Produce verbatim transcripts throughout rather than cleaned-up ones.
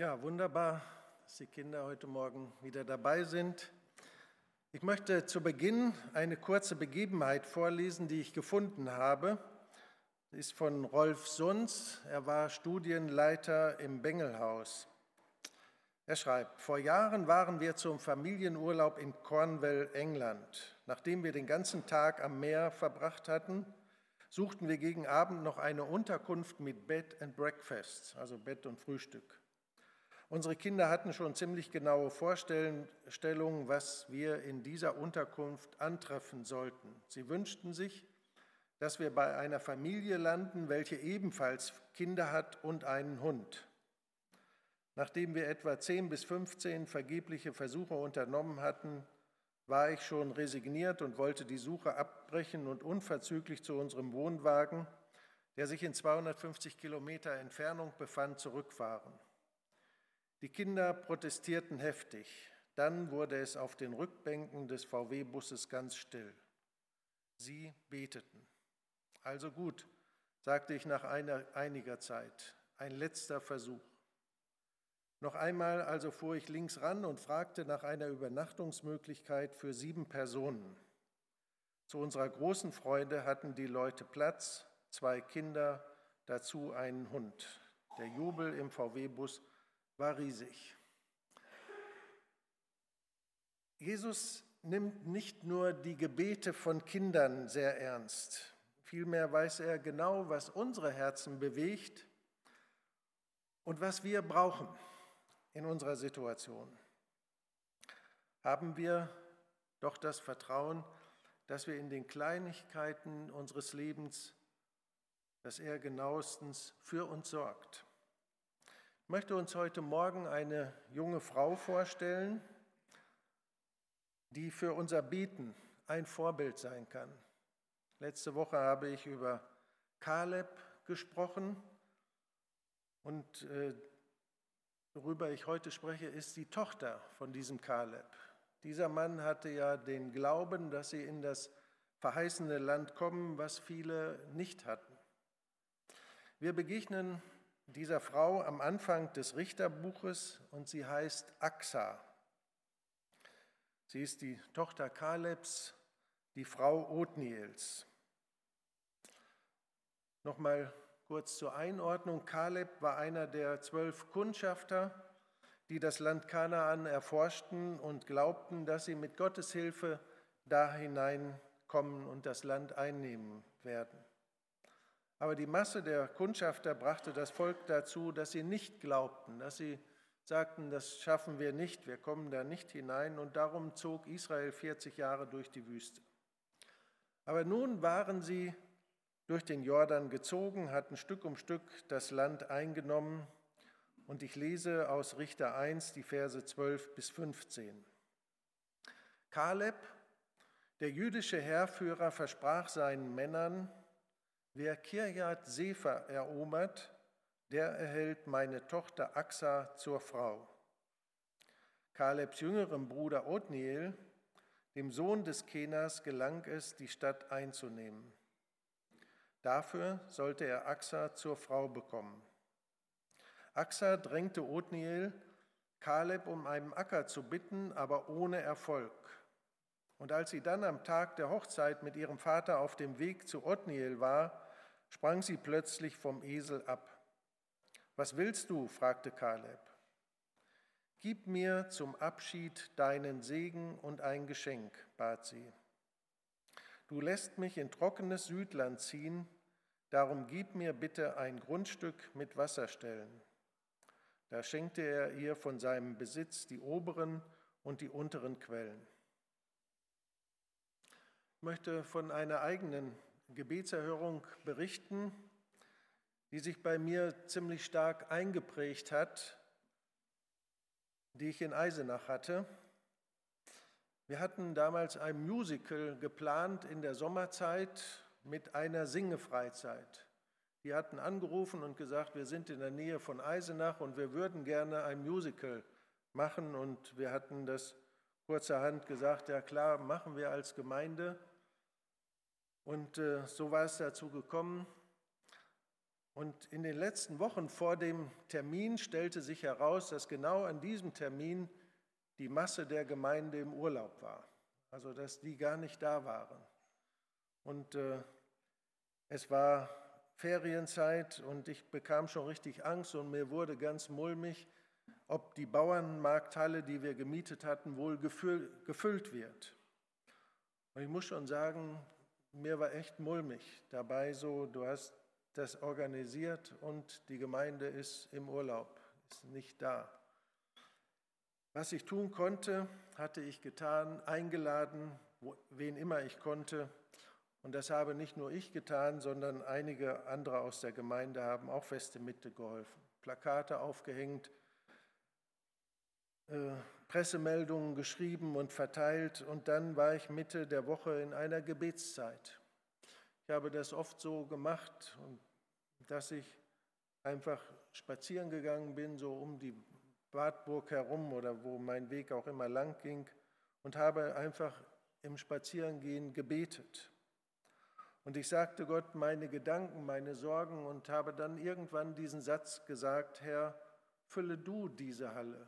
Ja, wunderbar, dass die Kinder heute Morgen wieder dabei sind. Ich möchte zu Beginn eine kurze Begebenheit vorlesen, die ich gefunden habe. Sie ist von Rolf Sunz. Er war Studienleiter im Bengelhaus. Er schreibt: Vor Jahren waren wir zum Familienurlaub in Cornwall, England. Nachdem wir den ganzen Tag am Meer verbracht hatten, suchten wir gegen Abend noch eine Unterkunft mit Bed and Breakfast, also Bett und Frühstück. Unsere Kinder hatten schon ziemlich genaue Vorstellungen, was wir in dieser Unterkunft antreffen sollten. Sie wünschten sich, dass wir bei einer Familie landen, welche ebenfalls Kinder hat und einen Hund. Nachdem wir etwa zehn bis fünfzehn vergebliche Versuche unternommen hatten, war ich schon resigniert und wollte die Suche abbrechen und unverzüglich zu unserem Wohnwagen, der sich in zweihundertfünfzig Kilometer Entfernung befand, zurückfahren. Die Kinder protestierten heftig. Dann wurde es auf den Rückbänken des V W-Busses ganz still. Sie beteten. Also gut, sagte ich nach einer, einiger Zeit, ein letzter Versuch. Noch einmal also fuhr ich links ran und fragte nach einer Übernachtungsmöglichkeit für sieben Personen. Zu unserer großen Freude hatten die Leute Platz, zwei Kinder, dazu einen Hund. Der Jubel im V W-Bus war riesig. Jesus nimmt nicht nur die Gebete von Kindern sehr ernst, vielmehr weiß er genau, was unsere Herzen bewegt und was wir brauchen in unserer Situation. Haben wir doch das Vertrauen, dass wir in den Kleinigkeiten unseres Lebens, dass er genauestens für uns sorgt. Ich möchte uns heute Morgen eine junge Frau vorstellen, die für unser Beten ein Vorbild sein kann. Letzte Woche habe ich über Kaleb gesprochen und äh, worüber ich heute spreche, ist die Tochter von diesem Kaleb. Dieser Mann hatte ja den Glauben, dass sie in das verheißene Land kommen, was viele nicht hatten. Wir begegnen dieser Frau am Anfang des Richterbuches und sie heißt Aksa. Sie ist die Tochter Kalebs, die Frau Othniels. Nochmal kurz zur Einordnung. Kaleb war einer der zwölf Kundschafter, die das Land Kanaan erforschten und glaubten, dass sie mit Gottes Hilfe da hineinkommen und das Land einnehmen werden. Aber die Masse der Kundschafter brachte das Volk dazu, dass sie nicht glaubten, dass sie sagten, das schaffen wir nicht, wir kommen da nicht hinein. Und darum zog Israel vierzig Jahre durch die Wüste. Aber nun waren sie durch den Jordan gezogen, hatten Stück um Stück das Land eingenommen. Und ich lese aus Richter eins die Verse zwölf bis fünfzehn. Kaleb, der jüdische Heerführer, versprach seinen Männern: Wer Kirjat Sefer erobert, der erhält meine Tochter Aksa zur Frau. Kalebs jüngerem Bruder Othniel, dem Sohn des Kenas, gelang es, die Stadt einzunehmen. Dafür sollte er Aksa zur Frau bekommen. Aksa drängte Othniel, Kaleb um einen Acker zu bitten, aber ohne Erfolg. Und als sie dann am Tag der Hochzeit mit ihrem Vater auf dem Weg zu Othniel war, sprang sie plötzlich vom Esel ab. »Was willst du?« fragte Kaleb. »Gib mir zum Abschied deinen Segen und ein Geschenk«, bat sie. »Du lässt mich in trockenes Südland ziehen, darum gib mir bitte ein Grundstück mit Wasserstellen.« Da schenkte er ihr von seinem Besitz die oberen und die unteren Quellen. Ich möchte von einer eigenen Gebetserhörung berichten, die sich bei mir ziemlich stark eingeprägt hat, die ich in Eisenach hatte. Wir hatten damals ein Musical geplant in der Sommerzeit mit einer Singefreizeit. Die hatten angerufen und gesagt, wir sind in der Nähe von Eisenach und wir würden gerne ein Musical machen. Und wir hatten das kurzerhand gesagt, ja klar, machen wir als Gemeinde. Und äh, so war es dazu gekommen. Und in den letzten Wochen vor dem Termin stellte sich heraus, dass genau an diesem Termin die Masse der Gemeinde im Urlaub war, also dass die gar nicht da waren. Und äh, es war Ferienzeit und ich bekam schon richtig Angst und mir wurde ganz mulmig, ob die Bauernmarkthalle, die wir gemietet hatten, wohl gefüllt wird. Und ich muss schon sagen, mir war echt mulmig dabei, so du hast das organisiert und die Gemeinde ist im Urlaub, ist nicht da. Was ich tun konnte, hatte ich getan, eingeladen, wen immer ich konnte. Und das habe nicht nur ich getan, sondern einige andere aus der Gemeinde haben auch feste mitgeholfen. Plakate aufgehängt, äh, Pressemeldungen geschrieben und verteilt. Und dann war ich Mitte der Woche in einer Gebetszeit. Ich habe das oft so gemacht, dass ich einfach spazieren gegangen bin, so um die Wartburg herum oder wo mein Weg auch immer lang ging und habe einfach im Spazierengehen gebetet. Und ich sagte Gott meine Gedanken, meine Sorgen und habe dann irgendwann diesen Satz gesagt: Herr, fülle du diese Halle.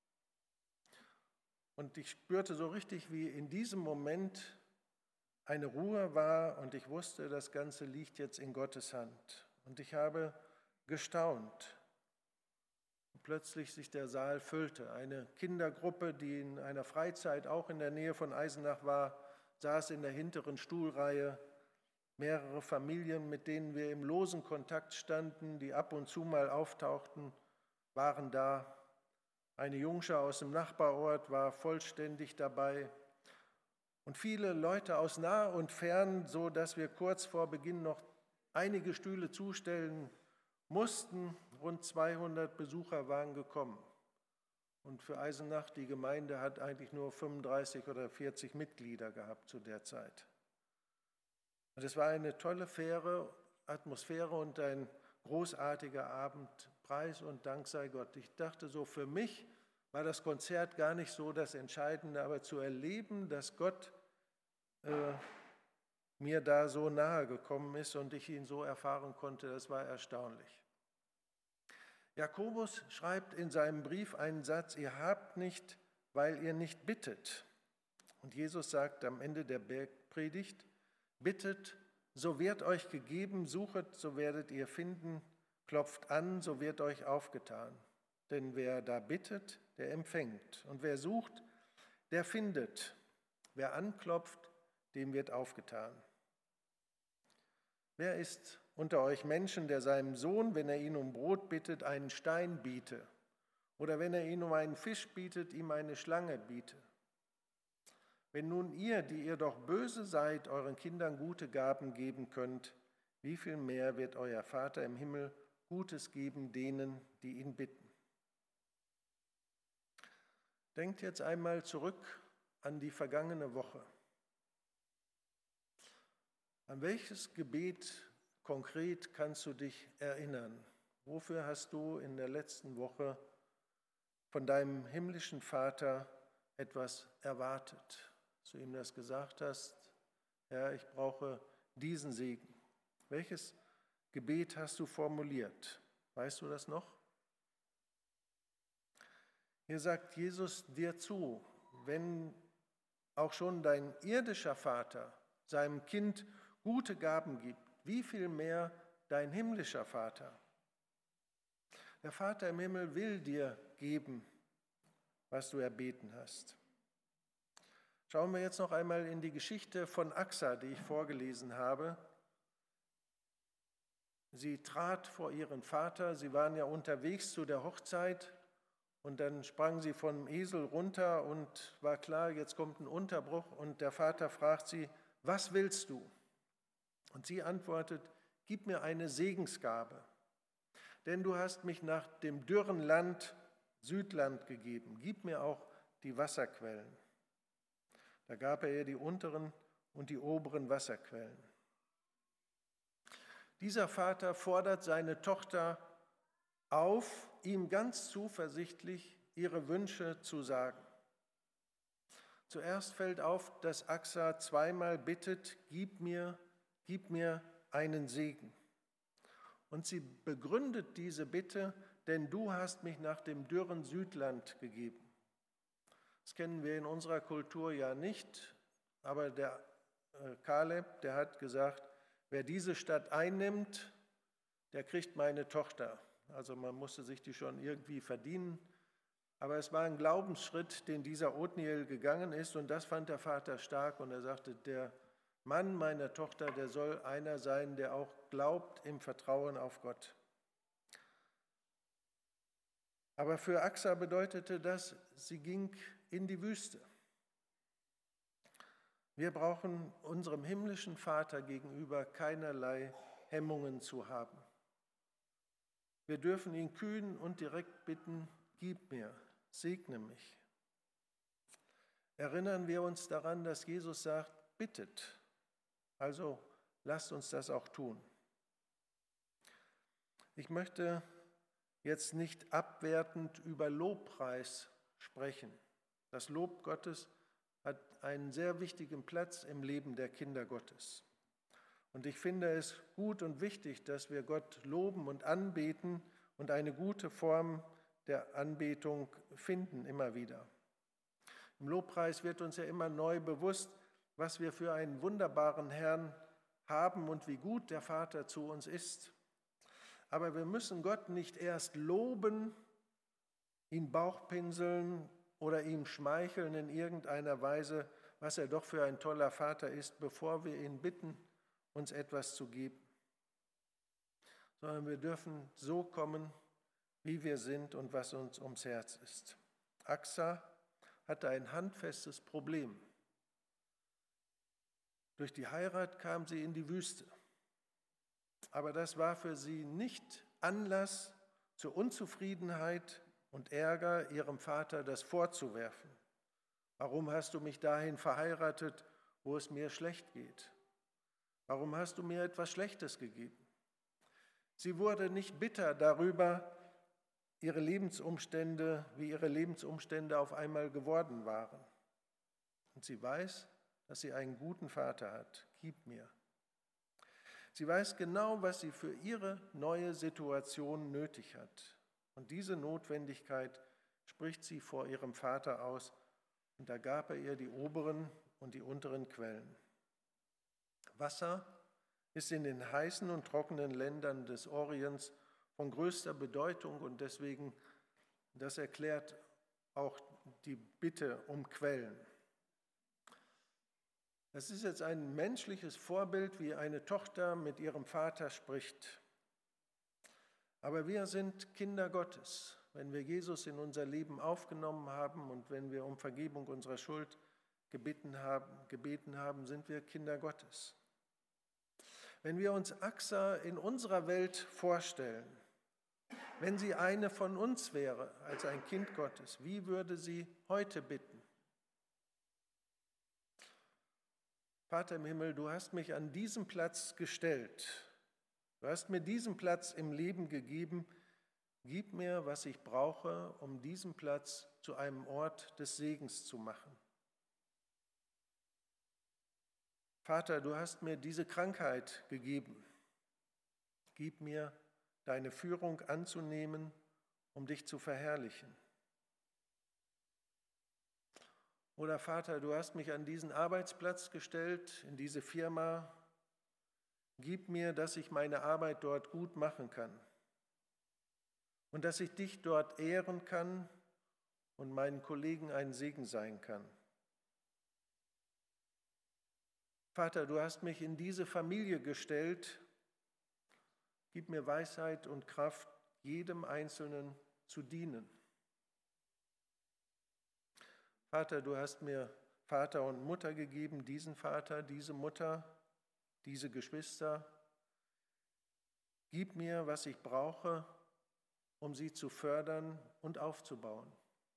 Und ich spürte so richtig, wie in diesem Moment eine Ruhe war und ich wusste, das Ganze liegt jetzt in Gottes Hand. Und ich habe gestaunt. Und plötzlich sich der Saal füllte. Eine Kindergruppe, die in einer Freizeit auch in der Nähe von Eisenach war, saß in der hinteren Stuhlreihe. Mehrere Familien, mit denen wir im losen Kontakt standen, die ab und zu mal auftauchten, waren da. Eine Jungschar aus dem Nachbarort war vollständig dabei. Und viele Leute aus nah und fern, so dass wir kurz vor Beginn noch einige Stühle zustellen mussten. Rund zweihundert Besucher waren gekommen. Und für Eisenach, die Gemeinde, hat eigentlich nur fünfunddreißig oder vierzig Mitglieder gehabt zu der Zeit. Und es war eine tolle, faire Atmosphäre und ein großartiger Abend. Preis und Dank sei Gott. Ich dachte so, für mich war das Konzert gar nicht so das Entscheidende, aber zu erleben, dass Gott äh, mir da so nahe gekommen ist und ich ihn so erfahren konnte, das war erstaunlich. Jakobus schreibt in seinem Brief einen Satz: Ihr habt nicht, weil ihr nicht bittet. Und Jesus sagt am Ende der Bergpredigt: Bittet, so wird euch gegeben, suchet, so werdet ihr finden, klopft an, so wird euch aufgetan. Denn wer da bittet, der empfängt. Und wer sucht, der findet. Wer anklopft, dem wird aufgetan. Wer ist unter euch Menschen, der seinem Sohn, wenn er ihn um Brot bittet, einen Stein biete? Oder wenn er ihn um einen Fisch bietet, ihm eine Schlange biete? Wenn nun ihr, die ihr doch böse seid, euren Kindern gute Gaben geben könnt, wie viel mehr wird euer Vater im Himmel Gutes geben denen, die ihn bitten? Denkt jetzt einmal zurück an die vergangene Woche. An welches Gebet konkret kannst du dich erinnern? Wofür hast du in der letzten Woche von deinem himmlischen Vater etwas erwartet? Dass du ihm das gesagt hast: Herr, ich brauche diesen Segen. Welches Gebet hast du formuliert? Weißt du das noch? Hier sagt Jesus dir zu, wenn auch schon dein irdischer Vater seinem Kind gute Gaben gibt, wie viel mehr dein himmlischer Vater? Der Vater im Himmel will dir geben, was du erbeten hast. Schauen wir jetzt noch einmal in die Geschichte von Axa, die ich vorgelesen habe. Sie trat vor ihren Vater, sie waren ja unterwegs zu der Hochzeit und dann sprang sie vom Esel runter und war klar, jetzt kommt ein Unterbruch und der Vater fragt sie: Was willst du? Und sie antwortet: Gib mir eine Segensgabe, denn du hast mich nach dem dürren Land Südland gegeben, gib mir auch die Wasserquellen. Da gab er ihr die unteren und die oberen Wasserquellen. Dieser Vater fordert seine Tochter auf, ihm ganz zuversichtlich ihre Wünsche zu sagen. Zuerst fällt auf, dass Axa zweimal bittet: Gib mir, gib mir einen Segen. Und sie begründet diese Bitte, denn du hast mich nach dem dürren Südland gegeben. Das kennen wir in unserer Kultur ja nicht, aber der äh, Kaleb, der hat gesagt, wer diese Stadt einnimmt, der kriegt meine Tochter. Also man musste sich die schon irgendwie verdienen. Aber es war ein Glaubensschritt, den dieser Othniel gegangen ist, und das fand der Vater stark. Und er sagte, der Mann meiner Tochter, der soll einer sein, der auch glaubt im Vertrauen auf Gott. Aber für Axa bedeutete das, sie ging in die Wüste. Wir brauchen unserem himmlischen Vater gegenüber keinerlei Hemmungen zu haben. Wir dürfen ihn kühn und direkt bitten, gib mir, segne mich. Erinnern wir uns daran, dass Jesus sagt, bittet. Also lasst uns das auch tun. Ich möchte jetzt nicht abwertend über Lobpreis sprechen. Das Lob Gottes hat einen sehr wichtigen Platz im Leben der Kinder Gottes. Und ich finde es gut und wichtig, dass wir Gott loben und anbeten und eine gute Form der Anbetung finden, immer wieder. Im Lobpreis wird uns ja immer neu bewusst, was wir für einen wunderbaren Herrn haben und wie gut der Vater zu uns ist. Aber wir müssen Gott nicht erst loben, ihn Bauchpinseln oder ihm schmeicheln in irgendeiner Weise, was er doch für ein toller Vater ist, bevor wir ihn bitten, uns etwas zu geben. Sondern wir dürfen so kommen, wie wir sind und was uns ums Herz ist. Axa hatte ein handfestes Problem. Durch die Heirat kam sie in die Wüste. Aber das war für sie nicht Anlass zur Unzufriedenheit und Ärger, ihrem Vater das vorzuwerfen. Warum hast du mich dahin verheiratet, wo es mir schlecht geht? Warum hast du mir etwas Schlechtes gegeben? Sie wurde nicht bitter darüber, ihre Lebensumstände, wie ihre Lebensumstände auf einmal geworden waren. Und sie weiß, dass sie einen guten Vater hat. Gib mir. Sie weiß genau, was sie für ihre neue Situation nötig hat. Und diese Notwendigkeit spricht sie vor ihrem Vater aus. Und da gab er ihr die oberen und die unteren Quellen. Wasser ist in den heißen und trockenen Ländern des Orients von größter Bedeutung und deswegen, das erklärt auch die Bitte um Quellen. Das ist jetzt ein menschliches Vorbild, wie eine Tochter mit ihrem Vater spricht. Aber wir sind Kinder Gottes. Wenn wir Jesus in unser Leben aufgenommen haben und wenn wir um Vergebung unserer Schuld gebeten haben, gebeten haben, sind wir Kinder Gottes. Wenn wir uns Axa in unserer Welt vorstellen, wenn sie eine von uns wäre, als ein Kind Gottes, wie würde sie heute bitten? Vater im Himmel, du hast mich an diesem Platz gestellt. Du hast mir diesen Platz im Leben gegeben. Gib mir, was ich brauche, um diesen Platz zu einem Ort des Segens zu machen. Vater, du hast mir diese Krankheit gegeben. Gib mir deine Führung anzunehmen, um dich zu verherrlichen. Oder Vater, du hast mich an diesen Arbeitsplatz gestellt, in diese Firma. Gib mir, dass ich meine Arbeit dort gut machen kann und dass ich dich dort ehren kann und meinen Kollegen ein Segen sein kann. Vater, du hast mich in diese Familie gestellt. Gib mir Weisheit und Kraft, jedem Einzelnen zu dienen. Vater, du hast mir Vater und Mutter gegeben, diesen Vater, diese Mutter, diese Geschwister. Gib mir, was ich brauche, um sie zu fördern und aufzubauen.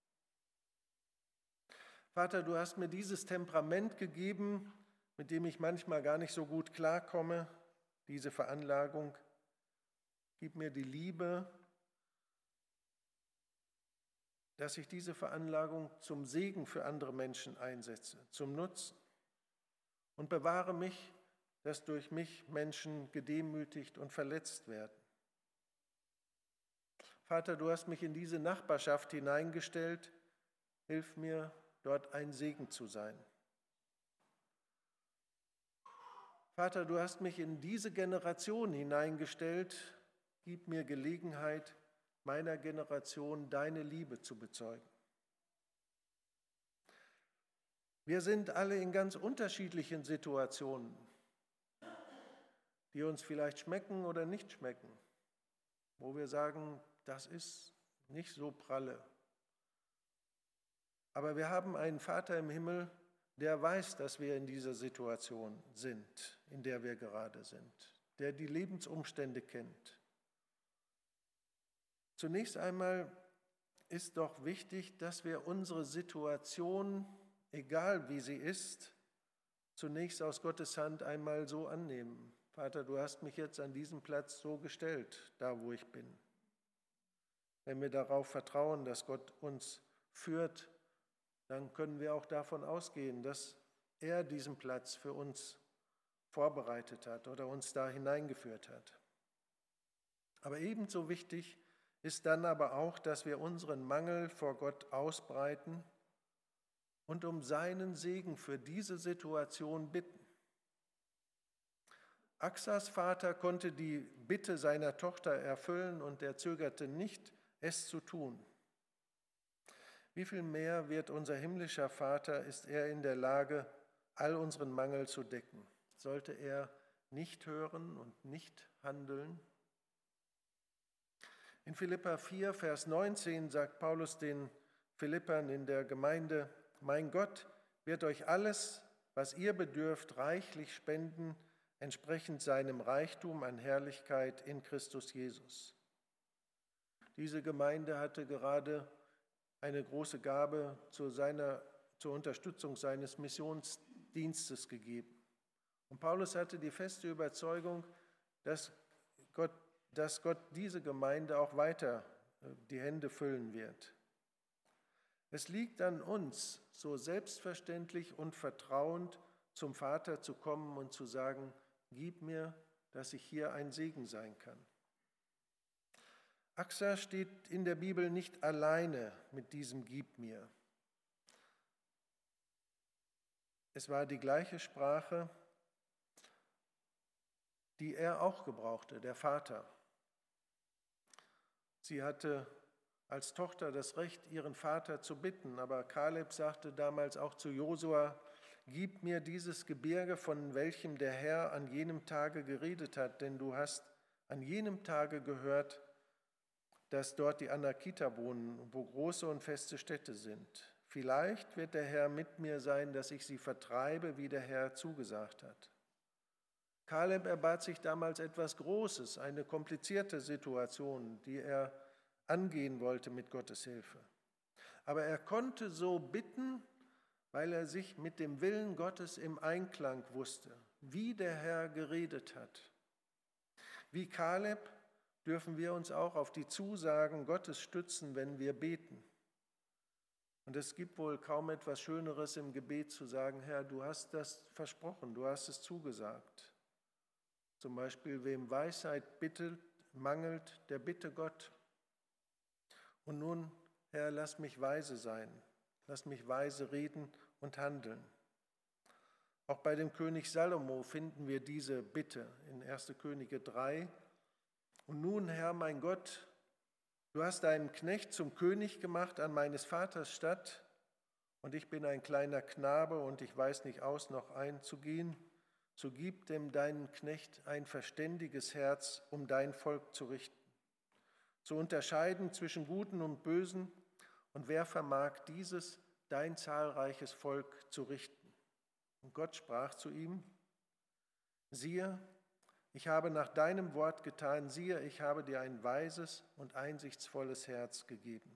Vater, du hast mir dieses Temperament gegeben, mit dem ich manchmal gar nicht so gut klarkomme, diese Veranlagung. Gib mir die Liebe, dass ich diese Veranlagung zum Segen für andere Menschen einsetze, zum Nutzen. Und bewahre mich, dass durch mich Menschen gedemütigt und verletzt werden. Vater, du hast mich in diese Nachbarschaft hineingestellt. Hilf mir, dort ein Segen zu sein. Vater, du hast mich in diese Generation hineingestellt. Gib mir Gelegenheit, meiner Generation deine Liebe zu bezeugen. Wir sind alle in ganz unterschiedlichen Situationen, die uns vielleicht schmecken oder nicht schmecken, wo wir sagen, das ist nicht so pralle. Aber wir haben einen Vater im Himmel, der weiß, dass wir in dieser Situation sind, in der wir gerade sind, der die Lebensumstände kennt. Zunächst einmal ist doch wichtig, dass wir unsere Situation, egal wie sie ist, zunächst aus Gottes Hand einmal so annehmen. Vater, du hast mich jetzt an diesem Platz so gestellt, da wo ich bin. Wenn wir darauf vertrauen, dass Gott uns führt, dann können wir auch davon ausgehen, dass er diesen Platz für uns vorbereitet hat oder uns da hineingeführt hat. Aber ebenso wichtig ist dann aber auch, dass wir unseren Mangel vor Gott ausbreiten und um seinen Segen für diese Situation bitten. Aksas Vater konnte die Bitte seiner Tochter erfüllen und er zögerte nicht, es zu tun. Wie viel mehr wird unser himmlischer Vater, ist er in der Lage, all unseren Mangel zu decken? Sollte er nicht hören und nicht handeln? In Philipper vier, Vers neunzehn sagt Paulus den Philippern in der Gemeinde: Mein Gott wird euch alles, was ihr bedürft, reichlich spenden, entsprechend seinem Reichtum an Herrlichkeit in Christus Jesus. Diese Gemeinde hatte gerade eine große Gabe zu seiner, zur Unterstützung seines Missionsdienstes gegeben. Und Paulus hatte die feste Überzeugung, dass Gott, dass Gott diese Gemeinde auch weiter die Hände füllen wird. Es liegt an uns, so selbstverständlich und vertrauend zum Vater zu kommen und zu sagen, gib mir, dass ich hier ein Segen sein kann. Aksa steht in der Bibel nicht alleine mit diesem Gib mir. Es war die gleiche Sprache, die er auch gebrauchte, der Vater. Sie hatte als Tochter das Recht, ihren Vater zu bitten, aber Kaleb sagte damals auch zu Josua, gib mir dieses Gebirge, von welchem der Herr an jenem Tage geredet hat, denn du hast an jenem Tage gehört, dass dort die Anakiter wohnen, wo große und feste Städte sind. Vielleicht wird der Herr mit mir sein, dass ich sie vertreibe, wie der Herr zugesagt hat. Kaleb erbat sich damals etwas Großes, eine komplizierte Situation, die er angehen wollte mit Gottes Hilfe. Aber er konnte so bitten, weil er sich mit dem Willen Gottes im Einklang wusste, wie der Herr geredet hat. Wie Kaleb dürfen wir uns auch auf die Zusagen Gottes stützen, wenn wir beten. Und es gibt wohl kaum etwas Schöneres im Gebet zu sagen, Herr, du hast das versprochen, du hast es zugesagt. Zum Beispiel, wem Weisheit bittet, mangelt, der bitte Gott. Und nun, Herr, lass mich weise sein, lass mich weise reden und handeln. Auch bei dem König Salomo finden wir diese Bitte in erster Könige drei. Und nun, Herr, mein Gott, du hast deinen Knecht zum König gemacht an meines Vaters Stadt, und ich bin ein kleiner Knabe und ich weiß nicht aus noch einzugehen. So gib dem deinen Knecht ein verständiges Herz, um dein Volk zu richten, zu unterscheiden zwischen Guten und Bösen. Und wer vermag dieses, dein zahlreiches Volk zu richten? Und Gott sprach zu ihm, siehe, ich habe nach deinem Wort getan, siehe, ich habe dir ein weises und einsichtsvolles Herz gegeben.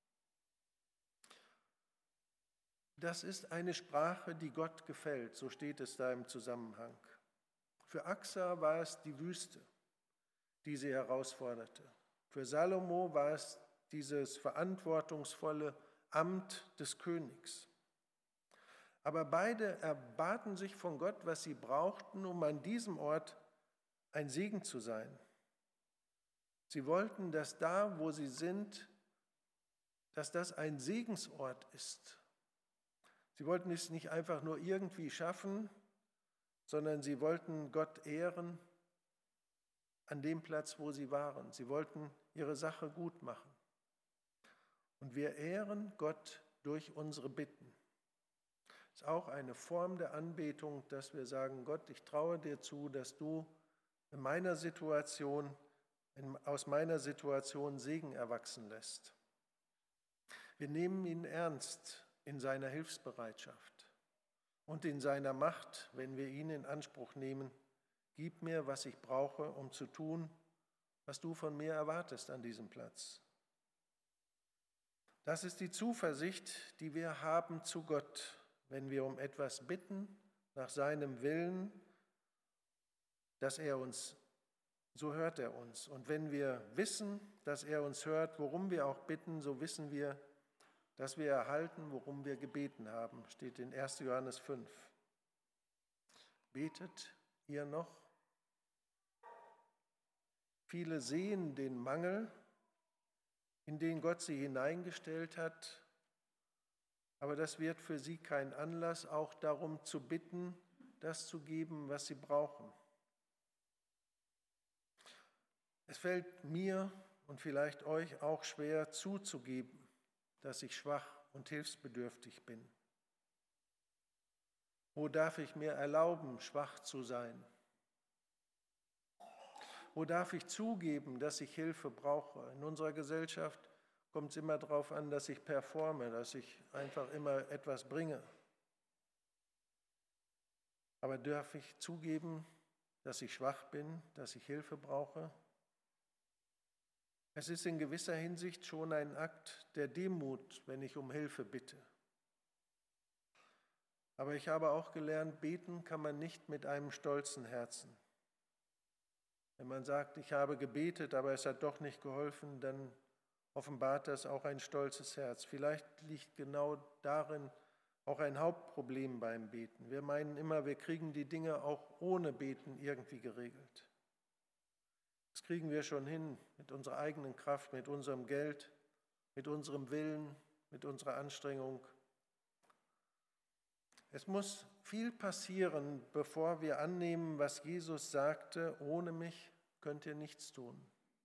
Das ist eine Sprache, die Gott gefällt, so steht es da im Zusammenhang. Für Aksa war es die Wüste, die sie herausforderte. Für Salomo war es dieses verantwortungsvolle Amt des Königs. Aber beide erbaten sich von Gott, was sie brauchten, um an diesem Ort ein Segen zu sein. Sie wollten, dass da, wo sie sind, dass das ein Segensort ist. Sie wollten es nicht einfach nur irgendwie schaffen, sondern sie wollten Gott ehren an dem Platz, wo sie waren. Sie wollten ihre Sache gut machen. Und wir ehren Gott durch unsere Bitten. Das ist auch eine Form der Anbetung, dass wir sagen, Gott, ich traue dir zu, dass du in meiner Situation, in, aus meiner Situation Segen erwachsen lässt. Wir nehmen ihn ernst in seiner Hilfsbereitschaft und in seiner Macht, wenn wir ihn in Anspruch nehmen. Gib mir, was ich brauche, um zu tun, was du von mir erwartest an diesem Platz. Das ist die Zuversicht, die wir haben zu Gott, wenn wir um etwas bitten, nach seinem Willen, dass er uns, so hört er uns. Und wenn wir wissen, dass er uns hört, worum wir auch bitten, so wissen wir, dass wir erhalten, worum wir gebeten haben, steht in erster Johannes fünf. Betet ihr noch? Viele sehen den Mangel, in den Gott sie hineingestellt hat, aber das wird für sie kein Anlass, auch darum zu bitten, das zu geben, was sie brauchen. Es fällt mir und vielleicht euch auch schwer zuzugeben, dass ich schwach und hilfsbedürftig bin. Wo darf ich mir erlauben, schwach zu sein? Wo darf ich zugeben, dass ich Hilfe brauche? In unserer Gesellschaft kommt es immer darauf an, dass ich performe, dass ich einfach immer etwas bringe. Aber darf ich zugeben, dass ich schwach bin, dass ich Hilfe brauche? Es ist in gewisser Hinsicht schon ein Akt der Demut, wenn ich um Hilfe bitte. Aber ich habe auch gelernt, beten kann man nicht mit einem stolzen Herzen. Wenn man sagt, ich habe gebetet, aber es hat doch nicht geholfen, dann offenbart das auch ein stolzes Herz. Vielleicht liegt genau darin auch ein Hauptproblem beim Beten. Wir meinen immer, wir kriegen die Dinge auch ohne Beten irgendwie geregelt. Das kriegen wir schon hin mit unserer eigenen Kraft, mit unserem Geld, mit unserem Willen, mit unserer Anstrengung. Es muss viel passieren, bevor wir annehmen, was Jesus sagte, ohne mich könnt ihr nichts tun.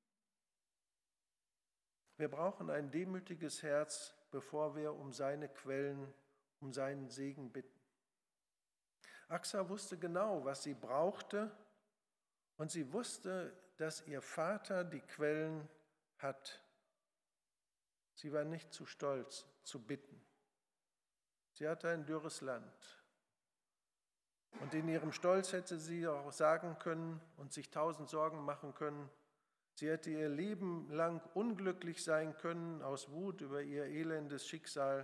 Wir brauchen ein demütiges Herz, bevor wir um seine Quellen, um seinen Segen bitten. Axa wusste genau, was sie brauchte, und sie wusste, dass ihr Vater die Quellen hat. Sie war nicht zu stolz, zu bitten. Sie hatte ein dürres Land. Und in ihrem Stolz hätte sie auch sagen können und sich tausend Sorgen machen können. Sie hätte ihr Leben lang unglücklich sein können aus Wut über ihr elendes Schicksal.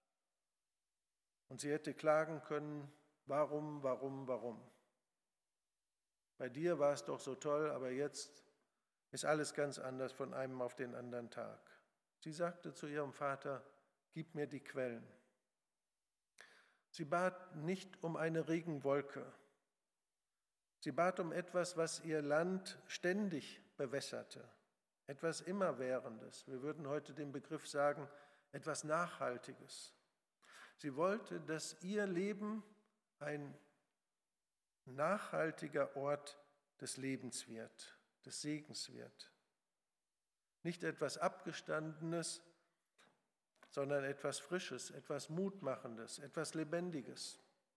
Und sie hätte klagen können, warum, warum, warum. Bei dir war es doch so toll, aber jetzt ist alles ganz anders von einem auf den anderen Tag. Sie sagte zu ihrem Vater, gib mir die Quellen. Sie bat nicht um eine Regenwolke. Sie bat um etwas, was ihr Land ständig bewässerte, etwas Immerwährendes. Wir würden heute den Begriff sagen, etwas Nachhaltiges. Sie wollte, dass ihr Leben ein nachhaltiger Ort des Lebens wird, des Segens wird. Nicht etwas Abgestandenes, sondern etwas Frisches, etwas Mutmachendes, etwas Lebendiges.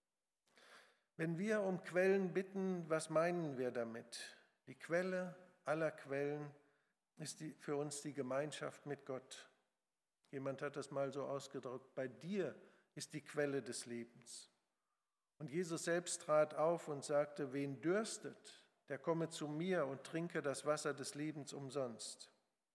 Wenn wir um Quellen bitten, was meinen wir damit? Die Quelle aller Quellen ist die, für uns die Gemeinschaft mit Gott. Jemand hat das mal so ausgedrückt, bei dir ist die Quelle des Lebens. Und Jesus selbst trat auf und sagte, wen dürstet, der komme zu mir und trinke das Wasser des Lebens umsonst.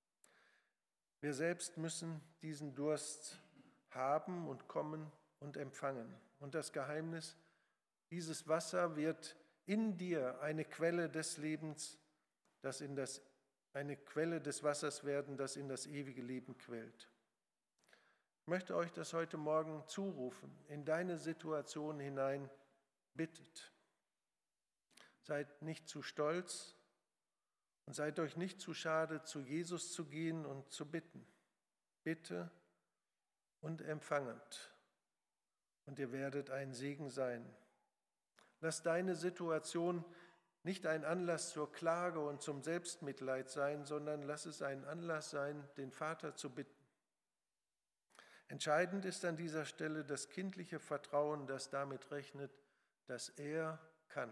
Wir selbst müssen diesen Durst haben und kommen und empfangen. Und das Geheimnis, dieses Wasser wird in dir eine Quelle des Lebens, das in das, eine Quelle des Wassers werden, das in das ewige Leben quillt. Ich möchte euch das heute Morgen zurufen, in deine Situation hinein, bittet. Seid nicht zu stolz Und seid euch nicht zu schade, zu Jesus zu gehen und zu bitten. Bitte und empfanget, und ihr werdet ein Segen sein. Lass deine Situation nicht ein Anlass zur Klage und zum Selbstmitleid sein, sondern lass es ein Anlass sein, den Vater zu bitten. Entscheidend ist an dieser Stelle das kindliche Vertrauen, das damit rechnet, dass er kann.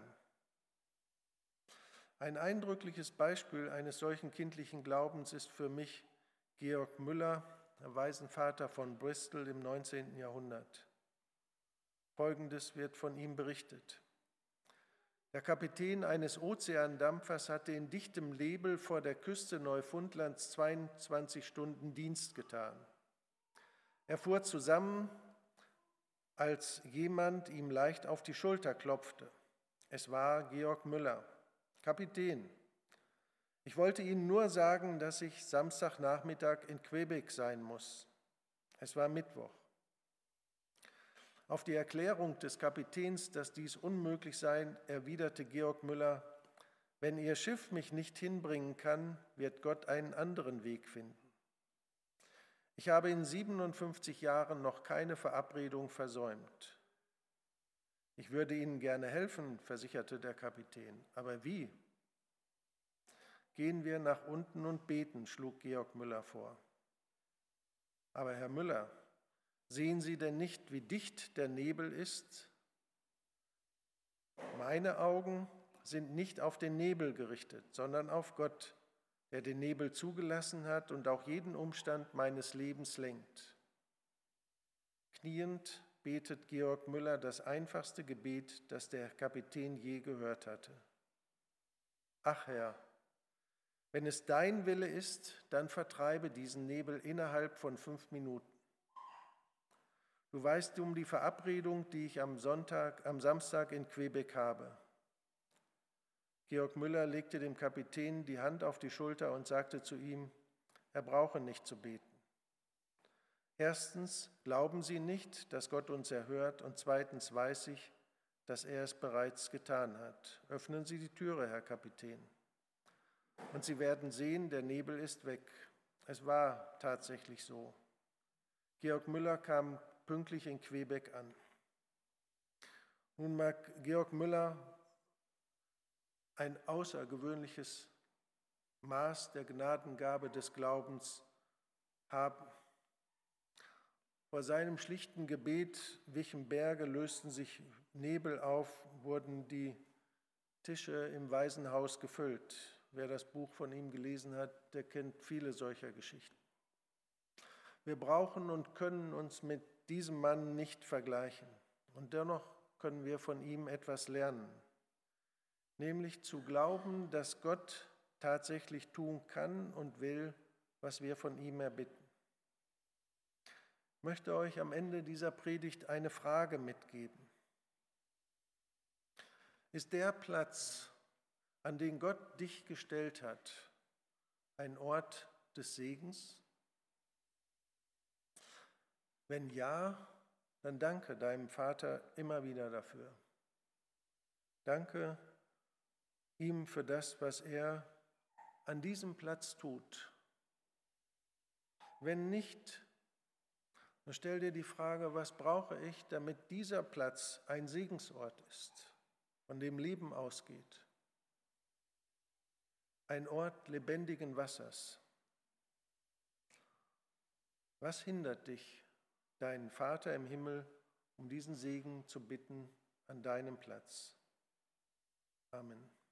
Ein eindrückliches Beispiel eines solchen kindlichen Glaubens ist für mich Georg Müller, der Waisenvater von Bristol im neunzehnten Jahrhundert. Folgendes wird von ihm berichtet. Der Kapitän eines Ozeandampfers hatte in dichtem Nebel vor der Küste Neufundlands zweiundzwanzig Stunden Dienst getan. Er fuhr zusammen, als jemand ihm leicht auf die Schulter klopfte. Es war Georg Müller. Kapitän, ich wollte Ihnen nur sagen, dass ich Samstagnachmittag in Quebec sein muss. Es war Mittwoch. Auf die Erklärung des Kapitäns, dass dies unmöglich sei, erwiderte Georg Müller, wenn Ihr Schiff mich nicht hinbringen kann, wird Gott einen anderen Weg finden. Ich habe in siebenundfünfzig Jahren noch keine Verabredung versäumt. Ich würde Ihnen gerne helfen, versicherte der Kapitän. Aber wie? Gehen wir nach unten und beten, schlug Georg Müller vor. Aber Herr Müller, sehen Sie denn nicht, wie dicht der Nebel ist? Meine Augen sind nicht auf den Nebel gerichtet, sondern auf Gott, der den Nebel zugelassen hat und auch jeden Umstand meines Lebens lenkt. Kniend betet Georg Müller das einfachste Gebet, das der Kapitän je gehört hatte. Ach Herr, wenn es dein Wille ist, dann vertreibe diesen Nebel innerhalb von fünf Minuten. Du weißt um die Verabredung, die ich am Sonntag, am Samstag in Quebec habe. Georg Müller legte dem Kapitän die Hand auf die Schulter und sagte zu ihm, er brauche nicht zu beten. Erstens glauben Sie nicht, dass Gott uns erhört, und zweitens weiß ich, dass er es bereits getan hat. Öffnen Sie die Türe, Herr Kapitän. Und Sie werden sehen, der Nebel ist weg. Es war tatsächlich so. Georg Müller kam pünktlich in Quebec an. Nun mag Georg Müller ein außergewöhnliches Maß der Gnadengabe des Glaubens haben. Vor seinem schlichten Gebet wichen Berge, lösten sich Nebel auf, wurden die Tische im Waisenhaus gefüllt. Wer das Buch von ihm gelesen hat, der kennt viele solcher Geschichten. Wir brauchen und können uns mit diesem Mann nicht vergleichen. Und dennoch können wir von ihm etwas lernen, nämlich zu glauben, dass Gott tatsächlich tun kann und will, was wir von ihm erbitten. Ich möchte euch am Ende dieser Predigt eine Frage mitgeben. Ist der Platz, an den Gott dich gestellt hat, ein Ort des Segens? Wenn ja, dann danke deinem Vater immer wieder dafür. Danke ihm für das, was er an diesem Platz tut. Wenn nicht, dann stell dir die Frage, was brauche ich, damit dieser Platz ein Segensort ist, von dem Leben ausgeht. Ein Ort lebendigen Wassers. Was hindert dich, deinen Vater im Himmel um diesen Segen zu bitten an deinem Platz? Amen.